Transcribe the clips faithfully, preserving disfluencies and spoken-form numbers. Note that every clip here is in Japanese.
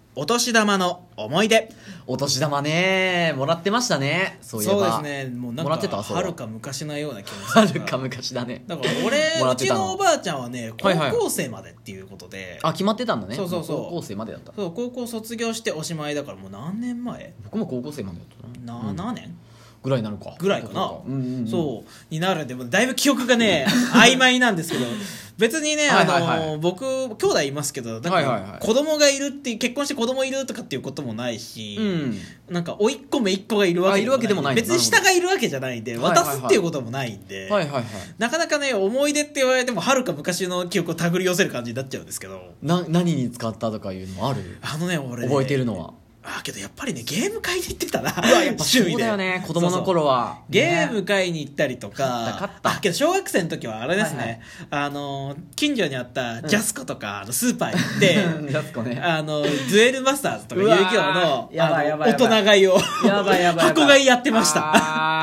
お年玉の思い出。 お年玉ねもらってましたね。そういえばそうですね。もうなんもらってたかはるか昔のような気もする。 はるか昔だね。 だから俺うちのおばあちゃんはね高校生までっていうことで、はいはい、 あ決まってたんだね。 そうそうそう高校生までだった。 そう高校卒業しておしまいだからもう何年前？ 僕も高校生までだったな。 ななねん、うんぐらいになるかぐらいかな、 うんうんうん、 そうになるんでもだいぶ記憶がね曖昧なんですけど別にね、あのーはいはいはい、僕兄弟いますけどだから子供がいるって結婚して子供いるとかっていうこともないし、うん、なんか甥っ子姪っ子がいるわけでもない、別に下がいるわけじゃないんで渡すっていうこともないんで、はいはいはい、なかなかね思い出って言われてもはるか昔の記憶を手繰り寄せる感じになっちゃうんですけど、 な何に使ったとかいうのある？ あのね俺ね覚えてるのはあけどやっぱりねゲーム会に行ってたな。 うわやっぱそうだよね子供の頃は。 そうそうゲーム会に行ったりとか、 勝った勝ったあけど小学生の時はあれですね、はいはい、あの近所にあったジャスコとか、うん、あのスーパーに行ってジャスコ、ね、あのデュエルマスターズとか遊戯王の大人買いを箱買いやってました。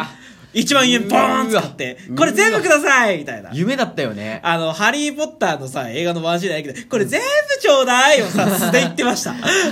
いちまんえんボーン使ってこれ全部くださいみたいな夢だったよね。 あのハリーポッターのさ映画のワンシーンだけどこれ全部ちょうだいをさ素で言ってました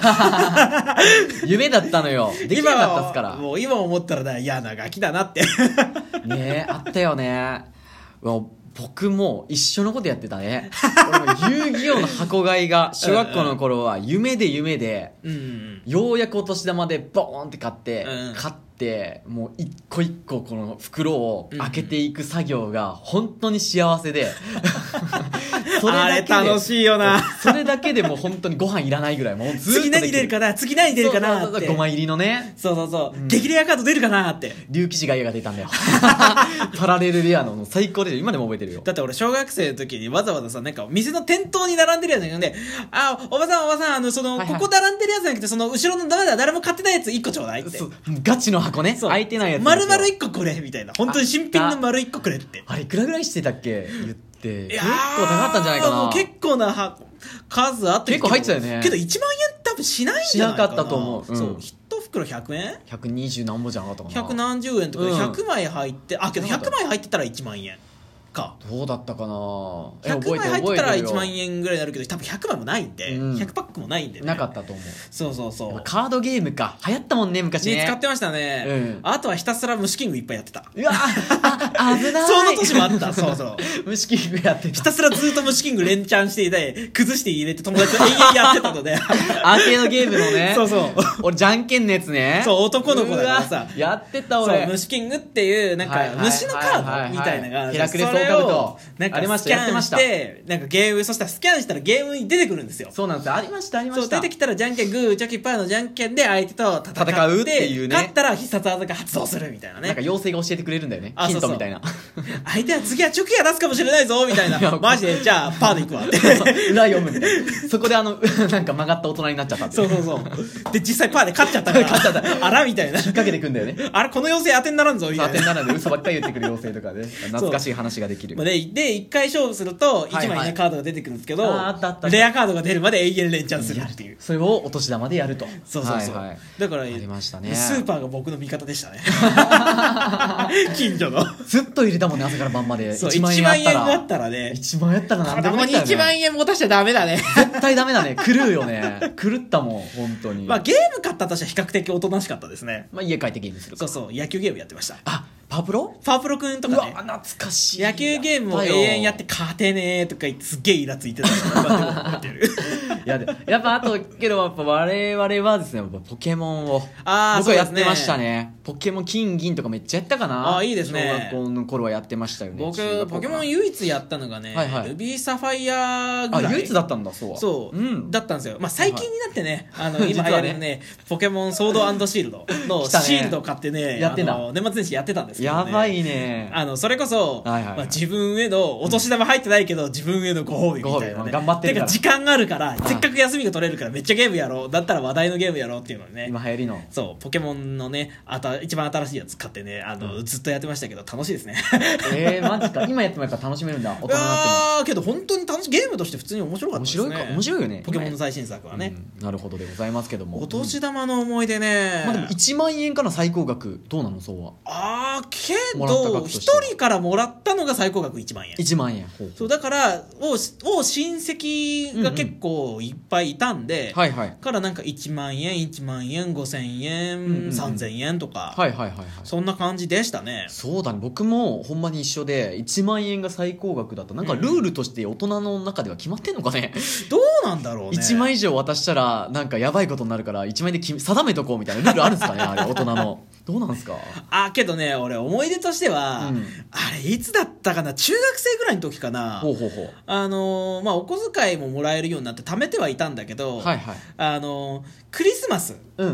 夢だったのよ。できなかったっすから。 もう今思ったら嫌なガキだなってねえあったよね。僕も一緒のことやってたね。俺も遊戯王の箱買いが小学校の頃は夢で夢で、うんうん、ようやくお年玉でボーンって買って、うん、買ってもう一個一個この袋を開けていく作業が本当に幸せで、 それだけであれ楽しいよな。 それだけでもう本当にご飯いらないぐらいもうずっと次何出るかな次何出るかなってそうそうそうごまい入りのねそうそうそう、うん、激レアカード出るかなって竜騎士ガイアが出たんだよパラレルレアの最高で今でも覚えてるよ。 だって俺小学生の時にわざわざさなんか店の店頭に並んでるやつなんで、あおばさんおばさんあのその、はいはい、ここ並んでるやつじゃなくてその後ろのダメだ誰も買ってないやついっこちょうだいってガチの箱ね開いてないやつ丸々いっこくれみたいな本当に新品の丸いっこくれって。 あれいくらぐらいしてたっけ言って結構高かったんじゃないかな。 結構なは数あって結構入ってたよね。 けどいちまんえん多分しないんじゃないかな。 しなかったと思う、うん、 そう一袋ひゃくえんひゃくにじゅう何本じゃなかったかな。 百何十円とかでひゃくまい入って、うん、あけどひゃくまい入ってたらいちまんえんかどうだったかな。 ひゃくまい入ってたらいちまんえんぐらいになるけど多分ひゃくまいもないんで、うん、ひゃくパックもないんで、ね、 なかったと思う。 そうそうそうカードゲームか流行ったもんね昔ね。 ね使ってましたね、うん、あとはひたすら虫キングいっぱいやってた。 うわあ危ないその年もあったそうそう虫キングやってた。 ひたすらずっと虫キング連チャンしていて崩して入れて友達と永遠やってたのでアーケードゲームのねそうそう俺じゃんけんのやつね。 そう男の子だからさやってた俺。 そう虫キングっていうなんか虫のカードみたいなのがヘラクレスオオカブトなんかスキャンしてなんかゲームそしたらスキャンしたらゲームに出てくるんですよ。 そうなんですよ。ありましたありました。 そう出てきたらじゃんけんグーチョキパーのじゃんけんで相手と戦って戦うっていうね。 勝ったら必殺技が発動するみたいなね。 なんか妖精が教えてくれるんだよね。ヒントみたいな。 相手は次はチョキが出すかもしれないぞみたいなマジでじゃあパーでいくわって裏読むみたいな。そこであのなんか曲がった大人になっちゃったって。 そうそうそうで実際パーで勝っちゃったから勝っちゃったあらみたいな引っ掛けてくんだよね。 あれこの妖精当てにならんぞみたいな。 当てにならんで嘘ばっかり言ってくる妖精とかで懐かしい話ができる。 ででいっかい勝負するといちまいね、はいはい、カードが出てくるんですけどああったあったレアカードが出るまで永遠連チャンするっていうそれをお年玉でやると。 そうそうそう、はいはい、だからありましたね。 スーパーが僕の味方でしたね近所のずっと入れたもんね朝から晩まで。 そういちまん円だったらねいちまん円やったら何でもできたよね。子供にいちまん円持たしちゃダメだね絶対ダメだね狂うよね狂ったもん本当に。 まあゲーム買ったとしては比較的おとなしかったですね。 まあ家帰ってゲームするか。 そうそう野球ゲームやってました。 あパワプロパワプロくんとかね。 うわ懐かしい。 野球ゲームを永遠やって勝てねーとか言ってすっげえイラついてたのてるいやでやっぱあとけどやっぱ我々はですねポケモンをあ僕はやってました ね, ねポケモン金銀とかめっちゃやったかな。 あいいですね。 小学校の頃はやってましたよね。 僕ポケモン唯一やったのがね、はいはい、ルビーサファイアぐらい。 あ唯一だったんだ。そうはそう、うん、だったんですよ。まあ最近になってね、はいはい、あの今流行るねねポケモンソード&シールドのシールドを買ってねやってんだ。 年末年始やってたんですけど、ね、 やばいね。 あのそれこそ、はいはいはいまあ、自分へのお年玉入ってないけど、うん、自分へのご褒美みたいなね、 頑張ってるから。 てか時間があるからせっかく休みが取れるからめっちゃゲームやろうだったら話題のゲームやろうっていうのでね今流行りのそうポケモンのねあた一番新しいやつ買ってねあの、うん、ずっとやってましたけど楽しいですねえーマジか今やってもやっぱ楽しめるんだ大人になっても。 あーけど本当に楽しいゲームとして普通に面白かったですね。 面白いか面白いよねポケモンの最新作はね、 うん、なるほどでございますけどもお年玉の思い出ね、 うん、まあでもいちまん円から最高額どうなのそうは。 あけどひとりからもらったのが最高額いちまんえん。 いちまんえん。 ほうほう。そうだからをを親戚が結構いっぱいいたんで、 うんうん、はいはい、 からなんかいちまんえんいちまんえんごせんえん、うんうん、さんぜんえんとか、 はいはいはいはい、 そんな感じでしたね。 そうだね、僕もほんまに一緒でいちまんえんが最高額だった。なんかルールとして大人の中では決まってんのかね、うん、 どうなんだろうね。 いちまん以上渡したらなんかやばいことになるからいちまん円で決め定めとこうみたいなルールあるんですかねあれ大人の。どうなんですか。 あけどね俺思い出としては、うん、あれいつだったかな、中学生ぐらいの時かな。 ほうほうほう。 あのー、まあお小遣いももらえるようになって貯めてはいたんだけど、 はいはい、 あのー、クリスマスに、うんうん、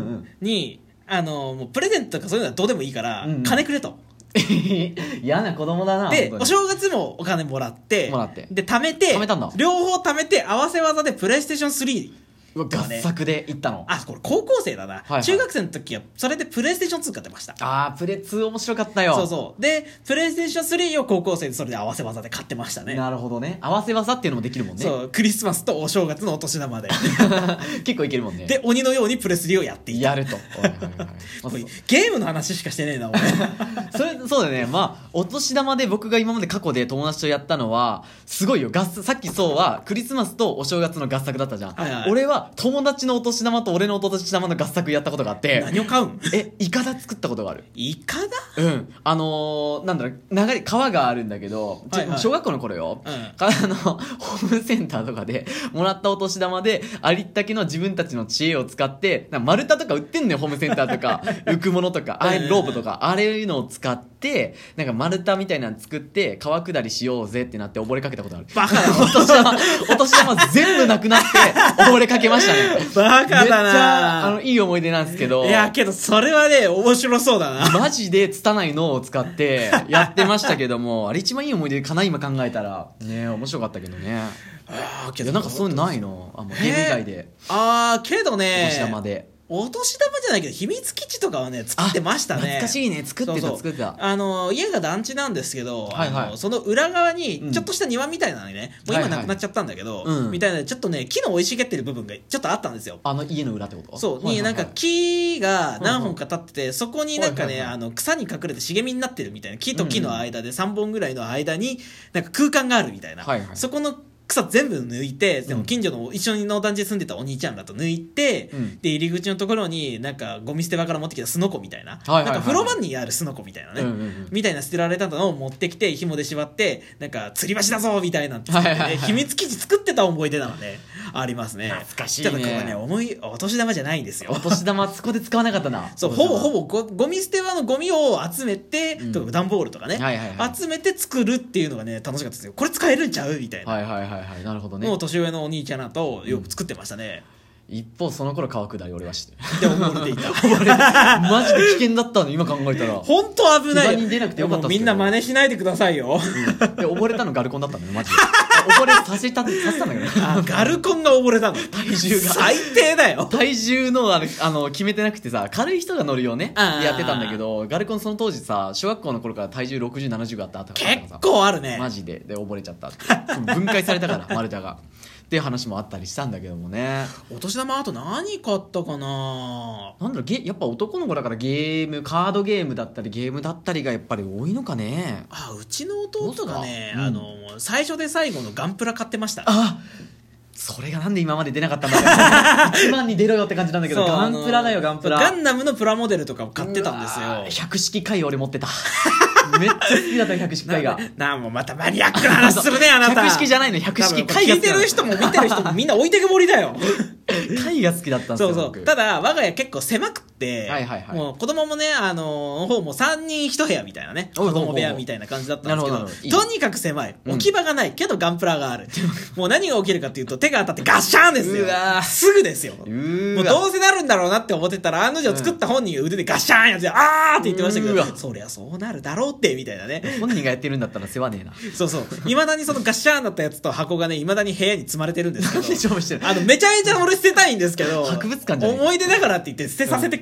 あのー、もうプレゼントとかそういうのはどうでもいいから、うんうん、金くれと。 嫌な子供だな。 でお正月もお金もらってもらってで貯めて貯めたんだ。 両方貯めて合わせ技でプレイステーションスリー合作で行ったの。 あこれ高校生だな、はいはい、中学生の時はそれでプレイステーションツー買ってました。 あープレツー面白かったよ。 そうそうでプレイステーションスリーを高校生でそれで合わせ技で買ってましたね。 なるほどね、合わせ技っていうのもできるもんね。 そうクリスマスとお正月のお年玉で結構いけるもんね。 で鬼のようにプレスリーをやっていた。 やるとはいはいはい、まあ、 ゲームの話しかしてねえな俺それそうだね。まあお年玉で僕が今まで過去で友達とやったのはすごいよ。合さっきそうはクリスマスとお正月の合作だったじゃん、はいはい、俺は友達のお年玉と俺のお年玉の合作やったことがあって。 何を買うん？ えイカダ作ったことがある。 イカダ？ うんあのー、なんだろう流れ川があるんだけど、はいはい、小学校の頃よ、うん、あのホームセンターとかでもらったお年玉でありったけの自分たちの知恵を使ってなんか丸太とか売ってんのよホームセンターとか浮くものとかあれロープとかあれいうのを使ってなんか丸太みたいなの作って川下りしようぜってなって溺れかけたことある。 バカだお年玉お年玉全部なくなって溺れかけましたね。 バカだな。めっちゃあのいい思い出なんですけど。 いやけどそれはね面白そうだな。 マジで拙い脳を使ってやってましたけどもあれ一番いい思い出かな今考えたらね。面白かったけどね。あけどなんかそういうのないのあもうゲーム以外で。 あーけどねお年玉でお年玉じゃないけど秘密基地とかはね作ってましたね。 懐かしいね。作ってたそうそう作ってた。 あの家が団地なんですけど、 はいはい、 あのその裏側にちょっとした庭みたいなのにね、うん、もう今なくなっちゃったんだけど、はいはい、みたいなちょっとね木の生い茂ってる部分がちょっとあったんですよ。 あの家の裏ってこと？ そう、はいはいはい、になんか木が何本か立ってて、はいはい、そこになんかね、はいはいはい、あの草に隠れて茂みになってるみたいな木と木の間でさんぼんぐらいの間になんか空間があるみたいな、はいはい、そこの草全部抜いて、でも近所の一緒にの団地で住んでたお兄ちゃんらと抜いて、うん、で入り口のところになんかゴミ捨て場から持ってきたスノコみたいな、はいはいはいはい、なんか風呂場にあるスノコみたいなね、うんうんうん、みたいな捨てられたのを持ってきて紐で縛ってなんか吊り橋だぞみたいなって、ねはいはいはい、秘密基地作ってた思い出なのねありますね。 懐かしいね。 ちょっとこれね思いお年玉じゃないんですよ。 お年玉そこで使わなかったな。 そうほぼほぼ ゴ, ゴミ捨て場のゴミを集めて、うん、とか段ボールとかね、はいはいはい、集めて作るっていうのがね楽しかったですよ。これ使えるんちゃうみたいな。 はいはいはいはい。なるほどね。 もう年上のお兄ちゃんらとよく作ってましたね、 うん、一方その頃川下り俺はしてで溺れていたマジで危険だったの今考えたら本当危ないよ。 に出なくてよかったっすけどみんな真似しないでくださいよ、 うん、で溺れたのガルコンだったんだよマジで溺れさせたさせたんだけどあガルコンが溺れたの体重が最低だよ。 体重のあのあの決めてなくてさ軽い人が乗るよねやってたんだけどガルコンその当時さ小学校の頃から体重ろくじゅうななじゅうがあったとか結構あるねマジでで溺れちゃったって分解されたから丸太がっていう話もあったりしたんだけどもね。 お年玉あと何買ったかな。 なんだろうゲやっぱ男の子だからゲームカードゲームだったりゲームだったりがやっぱり多いのかね。 あうちの弟がね、うん、あの最初で最後のガンプラ買ってました。 あそれがなんで今まで出なかったんだろう一番に出ろよって感じなんだけどガンプラだよガンプラ。 ガンダムのプラモデルとかを買ってたんですよ。 百式回俺持ってためっちゃ好きだった百式回がなあもうまたマニアックな話するねあなた。 百式じゃないの百式回が聞いてる人も見てる人もみんな置いてけぼりだよ回が好きだったんですよ。 そうそうただ我が家結構狭くって、 はいはいはい、 もう子供もねあのー、もうさんにんいち部屋みたいなね子供部屋みたいな感じだったんですけど、いいとにかく狭い置き場がない、うん、けどガンプラがあるもう何が起きるかっていうと手が当たってガッシャーンですよ。うわすぐですよ。うもうどうせなるんだろうなって思ってたら案の定作った本人が腕でガッシャーンやってあーって言ってましたけど、そりゃそうなるだろうってみたいなね本人がやってるんだったら世話ねえなそうそういまだにそのガッシャーンだったやつと箱がねいまだに部屋に積まれてるんですけどなんで勝負してるあのめちゃめちゃ俺捨てたいんですけど博物館じゃない思い出だからって言って捨てさせてく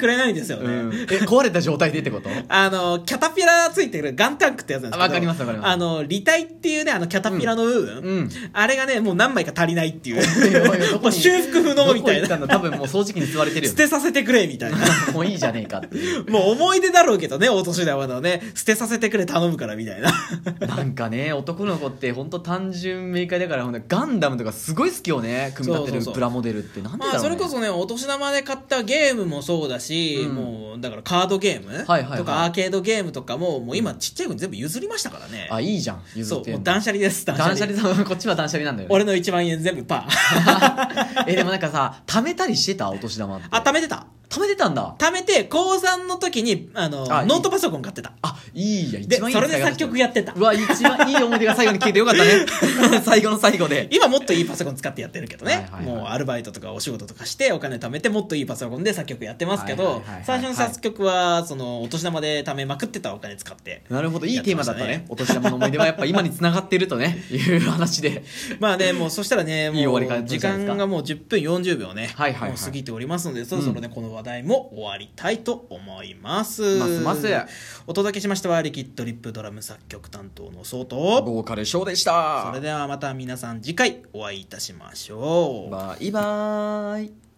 れないんですよね、うん、 え壊れた状態でってことあのキャタピラついてるガンタンクってやつなんですけど、 わかりますわかります。 あの履帯っていうね、あのキャタピラの部分、うんうん、あれがねもう何枚か足りないっていうもう修復不能みたいな、 多分もう掃除機に吸われてるよ、 ね、捨てさせてくれみたいなもういいじゃねえかっていうもう思い出だろうけどね、お年玉のね、捨てさせてくれ頼むからみたいななんかね、男の子って本当単純明快だから、ガンダムとかすごい好きよね、組み立てるプラモデルって。なんでだろうね、 まあ、それこそね、お年玉で買ったゲームもそうだし、うん、もうだからカードゲーム、はいはいはい、とかアーケードゲームとかももう今ちっちゃい子に全部譲りましたからね。 あ、いいじゃん、譲ってんの。 そう、断捨離です。 断捨離、断捨離こっちは断捨離なんだよね。 俺のいちまん円全部パーえでもなんかさ、貯めたりしてた、お年玉って。 あ、貯めてた貯めてたんだ。 貯めて高さんの時にあのあノートパソコン買ってた。 あ、いいや、 一番いい。でそれで作曲やってた。 うわ、一番いい思い出が最後に聞いてよかったね最後の最後で。 今もっといいパソコン使ってやってるけどね、はいはいはい、もうアルバイトとかお仕事とかしてお金貯めてもっといいパソコンで作曲やってますけど、はいはいはいはい、最初の作曲はそのお年玉で貯めまくってたお金使って、ね、 なるほど、いいテーマだったね。お年玉の思い出はやっぱ今に繋がっているとねいう話でまあね、もうそしたらね、もういい終わり時間がもうじゅっぷんよんじゅうびょうね、 はいはいはい、 もう過ぎておりますので、そろそろね、うん、この話題も終わりたいと思います。 ますますお届けしましたはリキッドリップドラム作曲担当のソウとボーカルショーでした。 それではまた皆さん次回お会いいたしましょう。 バイバーイ。